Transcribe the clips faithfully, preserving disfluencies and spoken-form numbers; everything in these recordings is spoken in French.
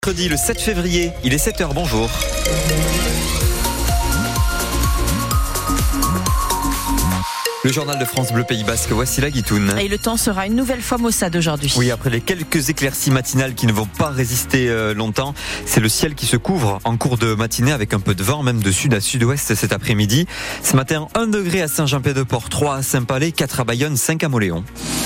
Mercredi le sept février, il est sept heures, bonjour. Le journal de France Bleu Pays Basque, voici la Guitoune. Et le temps sera une nouvelle fois maussade aujourd'hui. Oui, après les quelques éclaircies matinales qui ne vont pas résister euh, longtemps, c'est le ciel qui se couvre en cours de matinée avec un peu de vent, même de sud à sud-ouest cet après-midi. Ce matin, un degré à Saint-Jean-Pied-de-Port, trois à Saint-Palais, quatre à Bayonne, cinq à Mauléon.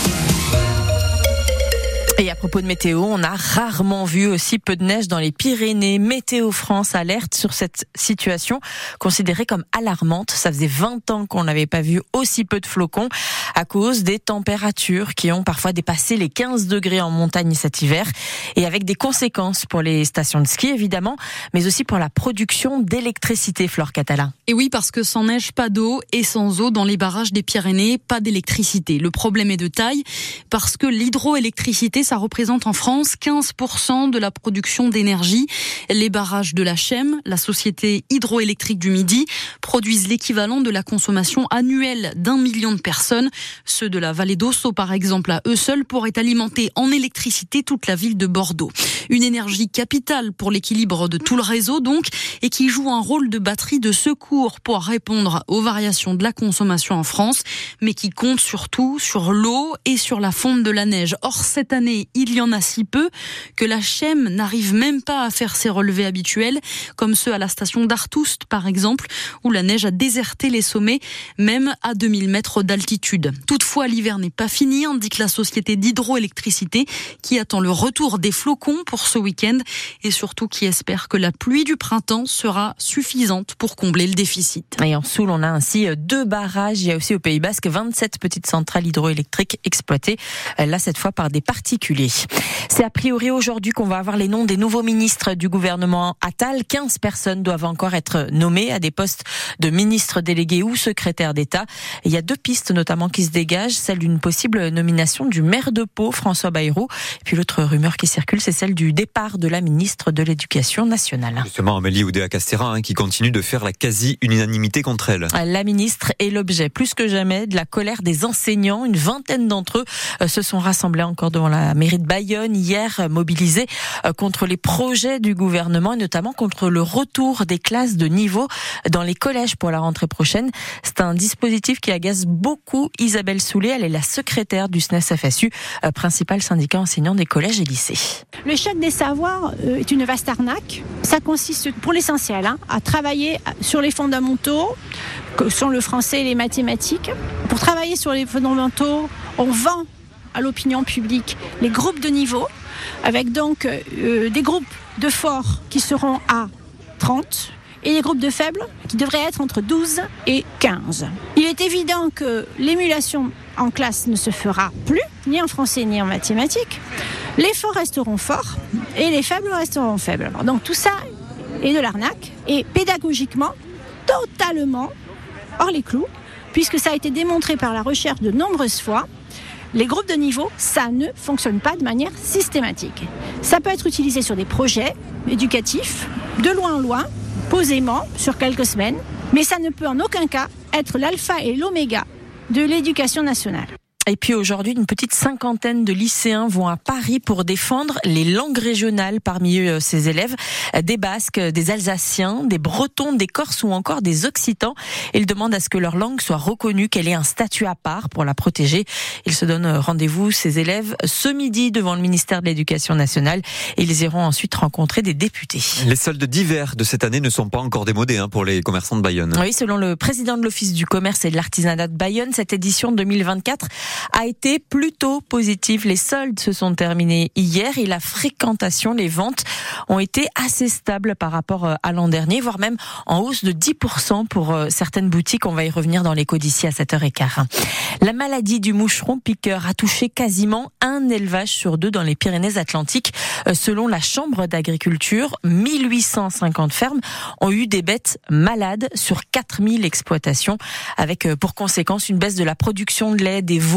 Et à propos de météo, on a rarement vu aussi peu de neige dans les Pyrénées. Météo France alerte sur cette situation considérée comme alarmante. Ça faisait vingt ans qu'on n'avait pas vu aussi peu de flocons à cause des températures qui ont parfois dépassé les quinze degrés en montagne cet hiver, et avec des conséquences pour les stations de ski évidemment, mais aussi pour la production d'électricité, Flore Catala. Et oui, parce que sans neige, pas d'eau, et sans eau dans les barrages des Pyrénées, pas d'électricité. Le problème est de taille parce que l'hydroélectricité, ça représente en France quinze pour cent de la production d'énergie. Les barrages de la Chem, la société hydroélectrique du Midi, produisent l'équivalent de la consommation annuelle d'un million de personnes. Ceux de la vallée d'Ossau, par exemple, à eux seuls, pourraient alimenter en électricité toute la ville de Bordeaux. Une énergie capitale pour l'équilibre de tout le réseau, donc, et qui joue un rôle de batterie de secours pour répondre aux variations de la consommation en France, mais qui compte surtout sur l'eau et sur la fonte de la neige. Or, cette année, il y en a si peu que la Chem n'arrive même pas à faire ses relevés habituels, comme ceux à la station d'Artoust, par exemple, où la neige a déserté les sommets, même à deux mille mètres d'altitude. Toutefois, l'hiver n'est pas fini, indique la société d'hydroélectricité, qui attend le retour des flocons pour ce week-end, et surtout qui espère que la pluie du printemps sera suffisante pour combler le déficit. Et en Soule, on a ainsi deux barrages. Il y a aussi au Pays Basque vingt-sept petites centrales hydroélectriques exploitées, là cette fois par des particuliers. C'est a priori aujourd'hui qu'on va avoir les noms des nouveaux ministres du gouvernement Attal. quinze personnes doivent encore être nommées à des postes de ministres délégués ou secrétaires d'État. Il y a deux pistes notamment qui se dégagent, celle d'une possible nomination du maire de Pau, François Bayrou. Et puis l'autre rumeur qui circule, c'est celle du départ de la ministre de l'Éducation nationale. Justement, Amélie Oudéa-Castéra, hein, qui continue de faire la quasi-unanimité contre elle. La ministre est l'objet plus que jamais de la colère des enseignants. Une vingtaine d'entre eux euh, se sont rassemblés encore devant la mairie de Bayonne hier, mobilisés euh, contre les projets du gouvernement et notamment contre le retour des classes de niveau dans les collèges pour la rentrée prochaine. C'est un dispositif qui agace beaucoup Isabelle Soulet. Elle est la secrétaire du S N E S F S U, euh, principal syndicat enseignant des collèges et lycées. Le choc des savoirs euh, est une vaste arnaque. Ça consiste pour l'essentiel hein, à travailler sur les fondamentaux, que sont le français et les mathématiques. Pour travailler sur les fondamentaux, on vend à l'opinion publique les groupes de niveau, avec donc euh, des groupes de forts qui seront à trente et des groupes de faibles qui devraient être entre douze et quinze. Il est évident que l'émulation en classe ne se fera plus, ni en français ni en mathématiques. Les forts resteront forts et les faibles resteront faibles. Donc tout ça est de l'arnaque et pédagogiquement totalement hors les clous, puisque ça a été démontré par la recherche de nombreuses fois. Les groupes de niveau, ça ne fonctionne pas de manière systématique. Ça peut être utilisé sur des projets éducatifs, de loin en loin, posément, sur quelques semaines, mais ça ne peut en aucun cas être l'alpha et l'oméga de l'éducation nationale. Et puis aujourd'hui, une petite cinquantaine de lycéens vont à Paris pour défendre les langues régionales. Parmi eux, ces élèves, des Basques, des Alsaciens, des Bretons, des Corses ou encore des Occitans. Ils demandent à ce que leur langue soit reconnue, qu'elle ait un statut à part pour la protéger. Ils se donnent rendez-vous, ces élèves, ce midi devant le ministère de l'Éducation nationale. Et ils iront ensuite rencontrer des députés. Les soldes d'hiver de cette année ne sont pas encore démodés hein, pour les commerçants de Bayonne. Oui, selon le président de l'Office du commerce et de l'artisanat de Bayonne, cette édition deux mille vingt-quatre a été plutôt positive. Les soldes se sont terminés hier et la fréquentation, les ventes ont été assez stables par rapport à l'an dernier, voire même en hausse de dix pour cent pour certaines boutiques. On va y revenir dans l'écho d'ici à sept heures quinze. La maladie du moucheron piqueur a touché quasiment un élevage sur deux dans les Pyrénées-Atlantiques. Selon la Chambre d'agriculture, mille huit cent cinquante fermes ont eu des bêtes malades sur quatre mille exploitations, avec pour conséquence une baisse de la production de lait, des veaux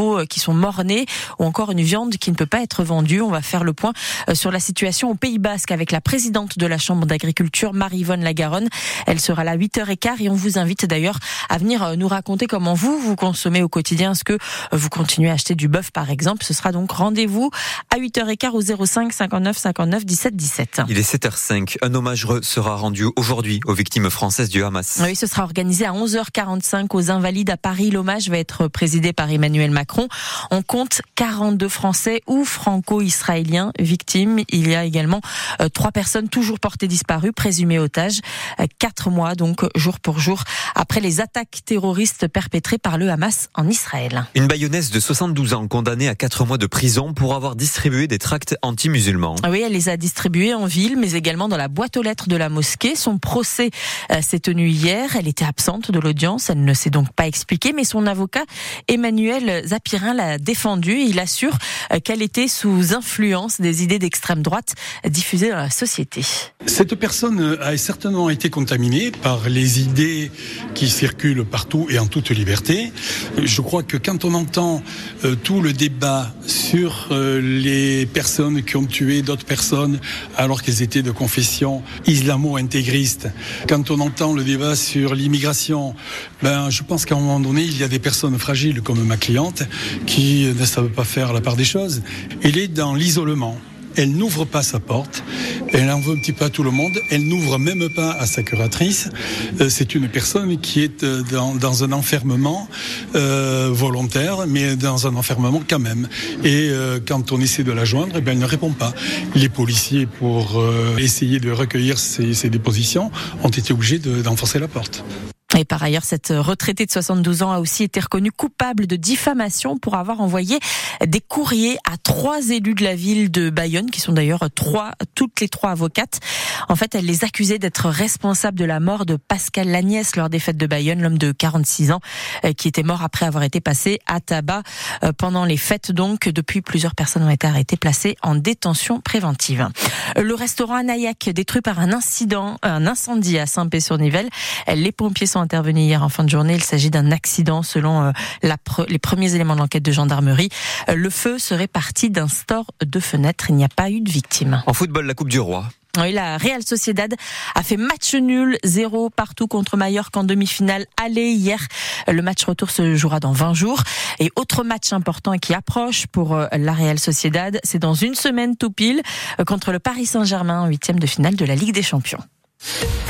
animaux qui sont morts-nés ou encore une viande qui ne peut pas être vendue. On va faire le point sur la situation au Pays Basque avec la présidente de la Chambre d'agriculture, Marie-Yvonne Lagaronne. Elle sera là à huit heures quinze et on vous invite d'ailleurs à venir nous raconter comment vous, vous consommez au quotidien. Est-ce que vous continuez à acheter du bœuf par exemple? Ce sera donc rendez-vous à huit heures quinze au zéro cinq cinquante-neuf cinquante-neuf dix-sept dix-sept. Il est sept heures cinq. Un hommage sera rendu aujourd'hui aux victimes françaises du Hamas. Oui, ce sera organisé à onze heures quarante-cinq aux Invalides à Paris. L'hommage va être présidé par Emmanuel Macron. On compte quarante-deux Français ou franco-israéliens victimes. Il y a également euh, trois personnes toujours portées disparues, présumées otages. Euh, quatre mois, donc, jour pour jour, après les attaques terroristes perpétrées par le Hamas en Israël. Une bayonnaise de soixante-douze ans condamnée à quatre mois de prison pour avoir distribué des tracts anti-musulmans. Oui, elle les a distribués en ville, mais également dans la boîte aux lettres de la mosquée. Son procès euh, s'est tenu hier. Elle était absente de l'audience. Elle ne s'est donc pas expliquée, mais son avocat, Emmanuel Zapirin, l'a défendue. Il assure euh, qu'elle était sous influence des idées d'extrême droite diffusées dans la société. Cette personne a certainement été contaminée par les idées qui circulent partout et en toute liberté. Je crois que quand on entend euh, tout le débat sur euh, les personnes qui ont tué d'autres personnes alors qu'elles étaient de confession islamo-intégriste, quand on entend le débat sur l'immigration, ben, je pense qu'à un moment donné, il y a des personnes fragiles comme ma cliente qui ne savent pas faire la part des choses. Elle est dans l'isolement. Elle n'ouvre pas sa porte, elle en veut un petit peu à tout le monde, elle n'ouvre même pas à sa curatrice. Euh, c'est une personne qui est euh, dans, dans un enfermement euh, volontaire, mais dans un enfermement quand même. Et euh, quand on essaie de la joindre, eh bien, elle ne répond pas. Les policiers, pour euh, essayer de recueillir ces, ces dépositions, ont été obligés de, d'enfoncer la porte. Et par ailleurs, cette retraitée de soixante-douze ans a aussi été reconnue coupable de diffamation pour avoir envoyé des courriers à trois élus de la ville de Bayonne, qui sont d'ailleurs trois, toutes les trois avocates. En fait, elle les accusait d'être responsables de la mort de Pascal Lagnès lors des fêtes de Bayonne, l'homme de quarante-six ans, qui était mort après avoir été passé à tabac pendant les fêtes. Donc, depuis, plusieurs personnes ont été arrêtées, placées en détention préventive. Le restaurant Anaillac, détruit par un incident, un incendie à Saint-Pé-sur-Nivelle. Les pompiers sont intervenus hier en fin de journée. Il s'agit d'un accident selon euh, la pre- les premiers éléments de l'enquête de gendarmerie. Euh, le feu serait parti d'un store de fenêtres. Il n'y a pas eu de victime. En football, la Coupe du Roi. Oui, la Real Sociedad a fait match nul, zéro partout contre Mallorca en demi-finale aller hier. Le match retour se jouera dans vingt jours. Et autre match important qui approche pour la Real Sociedad, c'est dans une semaine tout pile contre le Paris Saint-Germain en huitième de finale de la Ligue des Champions.